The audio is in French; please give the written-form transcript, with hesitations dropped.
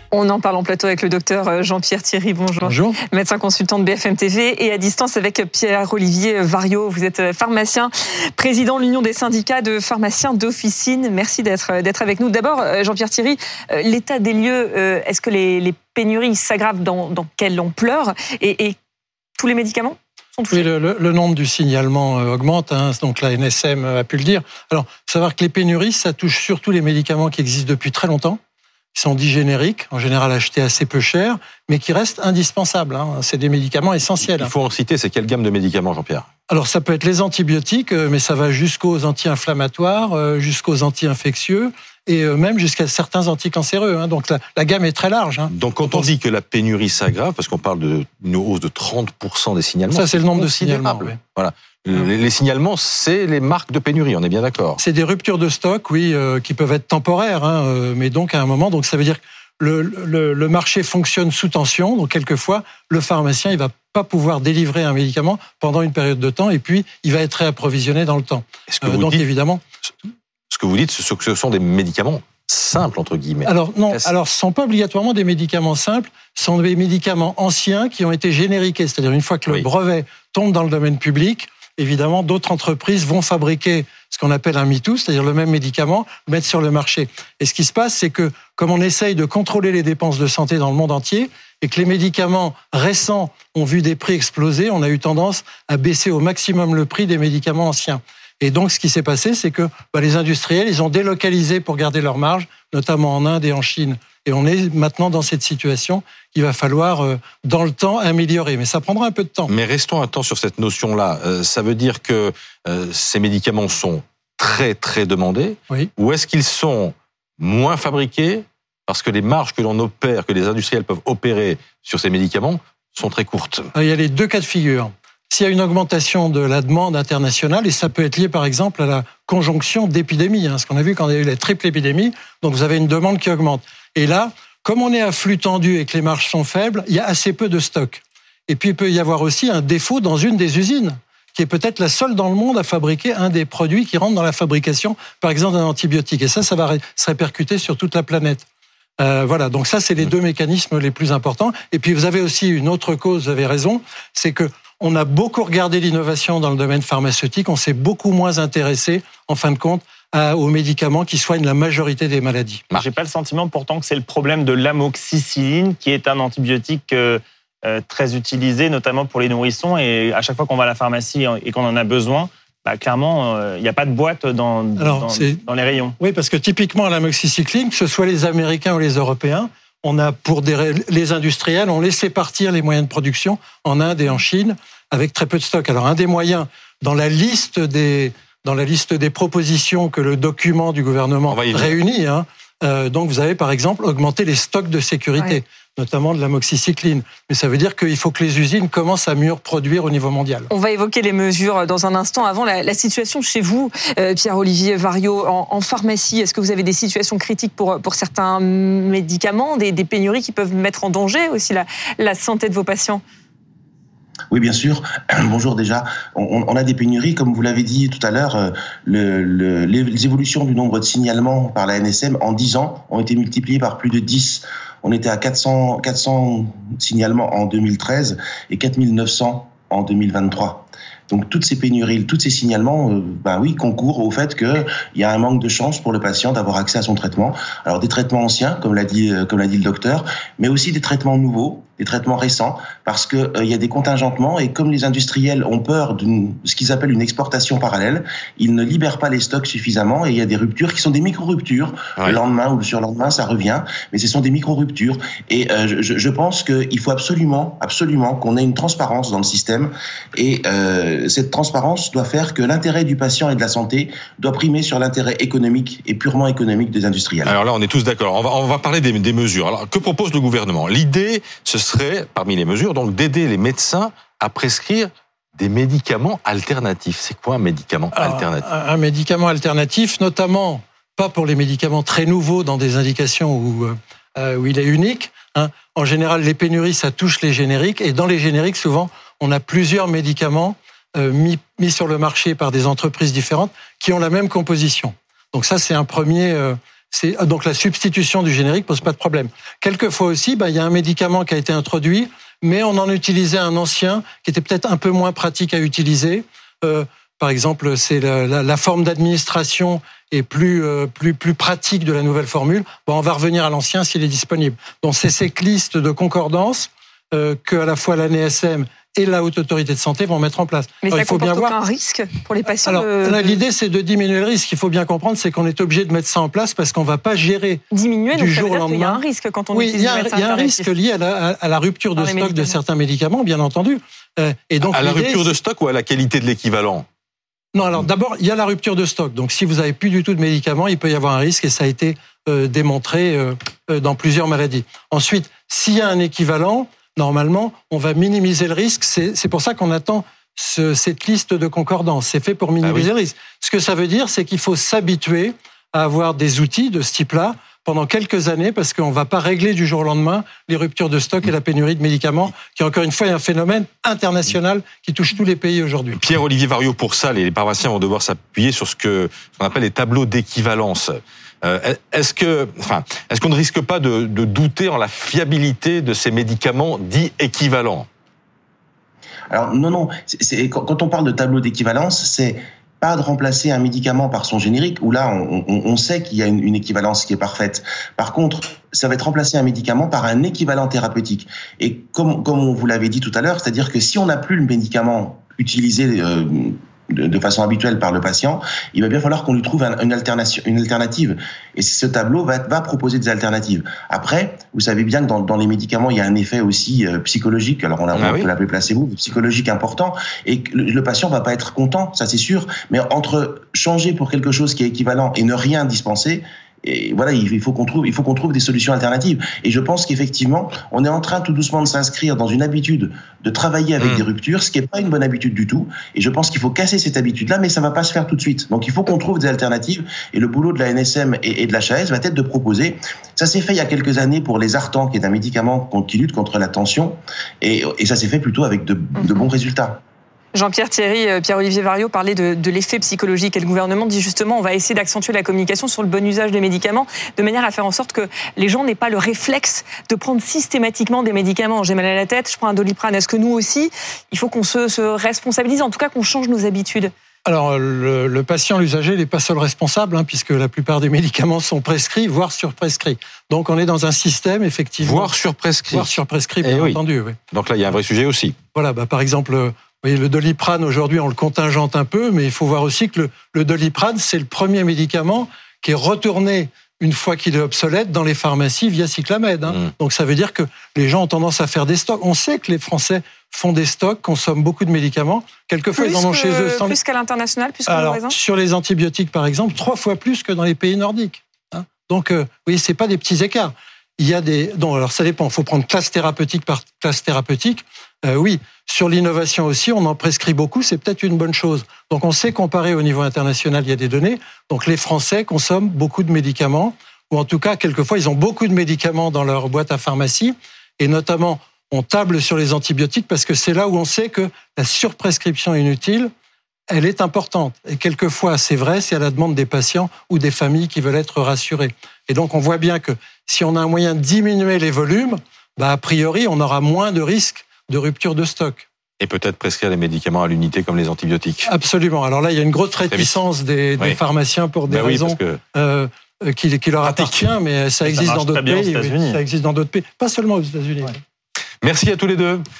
On en parle en plateau avec le docteur Jean-Pierre Thierry. Bonjour. Bonjour. Médecin consultant de BFM TV et à distance avec Pierre-Olivier Variot. Vous êtes pharmacien, président de l'Union des syndicats de pharmaciens d'officine. Merci d'être avec nous. D'abord, Jean-Pierre Thierry, l'état des lieux, est-ce que les pénuries s'aggravent dans quelle ampleur et tous les médicaments sont touchés? Oui, le nombre du signalement augmente, donc la NSM a pu le dire. Alors, il faut savoir que les pénuries, ça touche surtout les médicaments qui existent depuis très longtemps, qui sont dits génériques, en général achetés assez peu cher, mais qui restent indispensables. C'est des médicaments essentiels. Il faut en citer, c'est quelle gamme de médicaments, Jean-Pierre? Alors, ça peut être les antibiotiques, mais ça va jusqu'aux anti-inflammatoires, jusqu'aux anti-infectieux, et même jusqu'à certains anticancéreux. Donc la gamme est très large. Donc quand on dit que la pénurie s'aggrave, parce qu'on parle d'une hausse de 30% des signalements... Ça, c'est le nombre de signalements. Oui. Voilà. Les signalements, c'est les marques de pénurie, on est bien d'accord. C'est des ruptures de stock, oui, qui peuvent être temporaires, mais donc à un moment, donc ça veut dire que le marché fonctionne sous tension, donc quelquefois, le pharmacien, il va pas pouvoir délivrer un médicament pendant une période de temps, et puis il va être réapprovisionné dans le temps. Donc évidemment... Ce que vous dites, ce sont des médicaments simples, entre guillemets. Alors non, ce ne sont pas obligatoirement des médicaments simples, ce sont des médicaments anciens qui ont été génériqués, c'est-à-dire une fois que le brevet tombe dans le domaine public, évidemment, d'autres entreprises vont fabriquer ce qu'on appelle un MeToo, c'est-à-dire le même médicament, le mettre sur le marché. Et ce qui se passe, c'est que comme on essaye de contrôler les dépenses de santé dans le monde entier, et que les médicaments récents ont vu des prix exploser, on a eu tendance à baisser au maximum le prix des médicaments anciens. Et donc, ce qui s'est passé, c'est que les industriels, ils ont délocalisé pour garder leur marge, notamment en Inde et en Chine. Et on est maintenant dans cette situation qu'il va falloir, dans le temps, améliorer. Mais ça prendra un peu de temps. Mais restons un temps sur cette notion-là. Ça veut dire que ces médicaments sont très, très demandés. Oui. Ou est-ce qu'ils sont moins fabriqués parce que les marges que l'on opère, que les industriels peuvent opérer sur ces médicaments sont très courtes? Il y a les deux cas de figure. S'il y a une augmentation de la demande internationale, et ça peut être lié par exemple à la conjonction d'épidémies, ce qu'on a vu quand il y a eu la triple épidémie, donc vous avez une demande qui augmente. Et là, comme on est à flux tendu et que les marges sont faibles, il y a assez peu de stock. Et puis il peut y avoir aussi un défaut dans une des usines, qui est peut-être la seule dans le monde à fabriquer un des produits qui rentrent dans la fabrication, par exemple d'un antibiotique. Et ça va se répercuter sur toute la planète. Voilà, donc ça c'est les deux mécanismes les plus importants. Et puis vous avez aussi une autre cause, vous avez raison, c'est que on a beaucoup regardé l'innovation dans le domaine pharmaceutique, on s'est beaucoup moins intéressé, en fin de compte, aux médicaments qui soignent la majorité des maladies. J'ai pas le sentiment pourtant que c'est le problème de l'amoxicilline, qui est un antibiotique très utilisé, notamment pour les nourrissons, et à chaque fois qu'on va à la pharmacie et qu'on en a besoin, clairement, il n'y a pas de boîte dans les rayons. Oui, parce que typiquement, l'amoxicilline, que ce soit les Américains ou les Européens, on a les industriels ont laissé partir les moyens de production en Inde et en Chine avec très peu de stock. Alors un des moyens dans la liste des propositions que le document du gouvernement réunit, donc vous avez par exemple augmenté les stocks de sécurité, notamment de l'amoxicilline. Mais ça veut dire qu'il faut que les usines commencent à mieux produire au niveau mondial. On va évoquer les mesures dans un instant. Avant, la situation chez vous, Pierre-Olivier Variot, en pharmacie, est-ce que vous avez des situations critiques pour certains médicaments, des pénuries qui peuvent mettre en danger aussi la santé de vos patients ? Oui, bien sûr. Bonjour déjà. On a des pénuries, comme vous l'avez dit tout à l'heure. Les évolutions du nombre de signalements par la NSM en 10 ans ont été multipliées par plus de 10. On était à 400 signalements en 2013 et 4900 en 2023. Donc toutes ces pénuries, tous ces signalements, concourent au fait qu'il y a un manque de chance pour le patient d'avoir accès à son traitement. Alors des traitements anciens, comme l'a dit le docteur, mais aussi des traitements nouveaux, des traitements récents, parce que il y a des contingentements et comme les industriels ont peur de ce qu'ils appellent une exportation parallèle, ils ne libèrent pas les stocks suffisamment et il y a des ruptures qui sont des micro-ruptures. Le lendemain ou le surlendemain, ça revient, mais ce sont des micro-ruptures. Et je pense qu'il faut absolument qu'on ait une transparence dans le système et cette transparence doit faire que l'intérêt du patient et de la santé doit primer sur l'intérêt économique et purement économique des industriels. Alors là, on est tous d'accord. On va parler des mesures. Alors, que propose le gouvernement ? L'idée, ce serait, parmi les mesures, donc d'aider les médecins à prescrire des médicaments alternatifs. C'est quoi un médicament alternatif ? Un médicament alternatif, notamment pas pour les médicaments très nouveaux dans des indications où il est unique. En général, les pénuries, ça touche les génériques. Et dans les génériques, souvent, on a plusieurs médicaments mis sur le marché par des entreprises différentes qui ont la même composition. Donc ça, c'est un premier Donc la substitution du générique pose pas de problème. Quelquefois aussi, il y a un médicament qui a été introduit, mais on en utilisait un ancien qui était peut-être un peu moins pratique à utiliser. Par exemple, c'est la forme d'administration est plus pratique de la nouvelle formule. On va revenir à l'ancien s'il est disponible. Donc c'est ces listes de concordance que à la fois l'ANSM et la Haute Autorité de Santé vont mettre en place. Mais ça comporte aucun risque pour les patients? Alors, l'idée, c'est de diminuer le risque. Il faut bien comprendre, c'est qu'on est obligé de mettre ça en place parce qu'on ne va pas gérer diminuer, du jour au lendemain. Il y a un risque quand on utilise il y a un risque lié à la rupture de stock de certains médicaments, bien entendu. Et donc, à la rupture de stock ou à la qualité de l'équivalent? Non, alors d'abord, il y a la rupture de stock. Donc, si vous n'avez plus du tout de médicaments, il peut y avoir un risque et ça a été démontré dans plusieurs maladies. Ensuite, s'il y a un équivalent, normalement, on va minimiser le risque. C'est pour ça qu'on attend cette liste de concordance. C'est fait pour minimiser le risque. Ce que ça veut dire, c'est qu'il faut s'habituer à avoir des outils de ce type-là pendant quelques années, parce qu'on ne va pas régler du jour au lendemain les ruptures de stock et la pénurie de médicaments, qui encore une fois est un phénomène international qui touche tous les pays aujourd'hui. Pierre-Olivier Variot, pour ça, les pharmaciens vont devoir s'appuyer sur ce qu'on appelle les tableaux d'équivalence. Est-ce qu'on ne risque pas de douter en la fiabilité de ces médicaments dits équivalents? Alors non. Quand on parle de tableau d'équivalence, c'est pas de remplacer un médicament par son générique, où là, on sait qu'il y a une équivalence qui est parfaite. Par contre, ça va être remplacer un médicament par un équivalent thérapeutique. Et comme on vous l'avait dit tout à l'heure, c'est-à-dire que si on n'a plus le médicament utilisé de façon habituelle par le patient, il va bien falloir qu'on lui trouve une alternative. Et ce tableau va proposer des alternatives. Après, vous savez bien que dans les médicaments, il y a un effet aussi psychologique. Alors on peut l'appeler placebo, psychologique important. Et le patient va pas être content, ça c'est sûr. Mais entre changer pour quelque chose qui est équivalent et ne rien dispenser, et voilà, il faut qu'on trouve des solutions alternatives. Et je pense qu'effectivement, on est en train tout doucement de s'inscrire dans une habitude de travailler avec des ruptures, ce qui n'est pas une bonne habitude du tout. Et je pense qu'il faut casser cette habitude-là, mais ça ne va pas se faire tout de suite. Donc il faut qu'on trouve des alternatives. Et le boulot de la NSM et de la HAS va être de proposer. Ça s'est fait il y a quelques années pour les Artan, qui est un médicament qui lutte contre la tension. Et ça s'est fait plutôt avec de bons résultats. Jean-Pierre Thierry, Pierre-Olivier Variot parlait de l'effet psychologique et le gouvernement dit justement on va essayer d'accentuer la communication sur le bon usage des médicaments de manière à faire en sorte que les gens n'aient pas le réflexe de prendre systématiquement des médicaments. J'ai mal à la tête, je prends un Doliprane. Est-ce que nous aussi, il faut qu'on se responsabilise, en tout cas qu'on change nos habitudes? Alors, le patient, l'usager, n'est pas seul responsable, puisque la plupart des médicaments sont prescrits, voire surprescrits. Donc, on est dans un système, effectivement... Voire surprescrits. Voire surprescrits, bien entendu, oui. Donc là, il y a un vrai sujet aussi. Voilà, par exemple... Vous voyez, le Doliprane, aujourd'hui, on le contingente un peu, mais il faut voir aussi que le Doliprane, c'est le premier médicament qui est retourné, une fois qu'il est obsolète, dans les pharmacies via Cyclamède. Donc ça veut dire que les gens ont tendance à faire des stocks. On sait que les Français font des stocks, consomment beaucoup de médicaments. Quelquefois, ils en ont chez eux. Plus qu'à l'international, plus qu'en Alors, sur les antibiotiques, par exemple, 3 fois plus que dans les pays nordiques. Donc, vous voyez, c'est pas des petits écarts. Il y a alors ça dépend. Il faut prendre classe thérapeutique par classe thérapeutique. Oui, sur l'innovation aussi, on en prescrit beaucoup, c'est peut-être une bonne chose. Donc on sait comparer au niveau international, il y a des données. Donc les Français consomment beaucoup de médicaments, ou en tout cas, quelquefois, ils ont beaucoup de médicaments dans leur boîte à pharmacie, et notamment, on table sur les antibiotiques parce que c'est là où on sait que la surprescription inutile, elle est importante. Et quelquefois, c'est vrai, c'est à la demande des patients ou des familles qui veulent être rassurées. Et donc on voit bien que si on a un moyen de diminuer les volumes, a priori, on aura moins de risques de rupture de stock. Et peut-être prescrire des médicaments à l'unité comme les antibiotiques. Absolument. Alors là, il y a une grosse réticence des pharmaciens pour des raisons qui leur appartiennent, mais ça existe dans d'autres pays. Ça existe dans d'autres pays, pas seulement aux États-Unis. Merci à tous les deux.